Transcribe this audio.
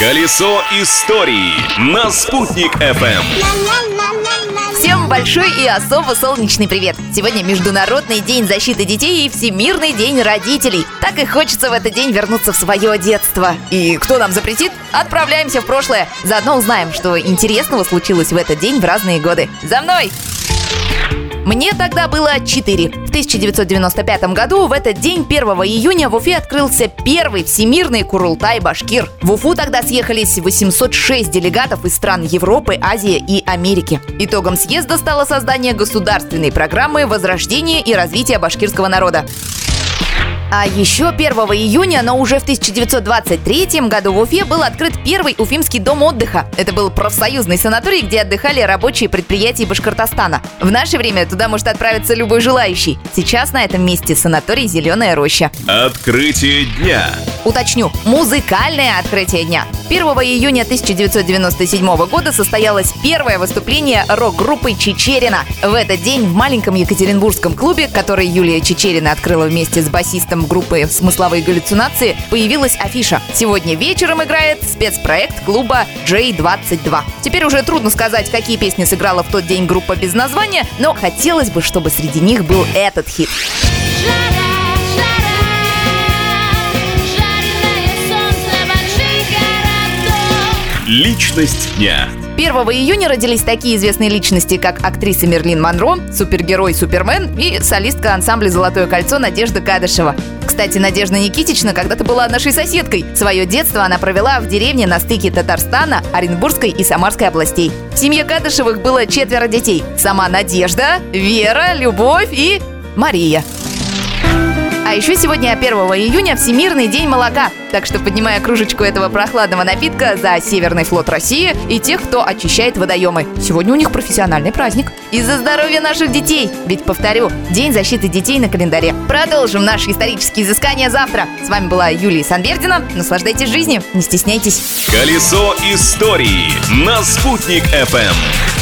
Колесо истории на Спутник FM. Всем большой и особо солнечный привет! Сегодня Международный день защиты детей и Всемирный день родителей. Так и хочется в этот день вернуться в свое детство. И кто нам запретит? Отправляемся в прошлое. Заодно узнаем, что интересного случилось в этот день в разные годы. За мной! Мне тогда было 4. В 1995 году в этот день, 1 июня, в Уфе открылся первый всемирный Курултай-башкир. В Уфу тогда съехались 806 делегатов из стран Европы, Азии и Америки. Итогом съезда стало создание государственной программы возрождения и развития башкирского народа. А еще 1 июня, но уже в 1923 году в Уфе был открыт первый уфимский дом отдыха. Это был профсоюзный санаторий, где отдыхали рабочие предприятий Башкортостана. В наше время туда может отправиться любой желающий. Сейчас на этом месте санаторий «Зеленая роща». Открытие дня. Уточню, музыкальное открытие дня. 1 июня 1997 года состоялось первое выступление рок-группы «Чичерина». В этот день в маленьком екатеринбургском клубе, который Юлия Чичерина открыла вместе с басистом группы «Смысловые галлюцинации», появилась афиша. Сегодня вечером играет спецпроект клуба J22. Теперь уже трудно сказать, какие песни сыграла в тот день группа без названия, но хотелось бы, чтобы среди них был этот хит. Личность дня. 1 июня родились такие известные личности, как актриса Мерлин Монро, супергерой Супермен и солистка ансамбля «Золотое кольцо» Надежда Кадышева. Кстати, Надежда Никитична когда-то была нашей соседкой. Свое детство она провела в деревне на стыке Татарстана, Оренбургской и Самарской областей. В семье Кадышевых было 4 детей. Сама Надежда, Вера, Любовь и Мария. А еще сегодня, 1 июня, Всемирный день молока. Так что, поднимая кружечку этого прохладного напитка за Северный флот России и тех, кто очищает водоемы. Сегодня у них профессиональный праздник. И за здоровье наших детей. Ведь, повторю, День защиты детей на календаре. Продолжим наши исторические изыскания завтра. С вами была Юлия Санбердина. Наслаждайтесь жизнью, не стесняйтесь. Колесо истории на Спутник FM.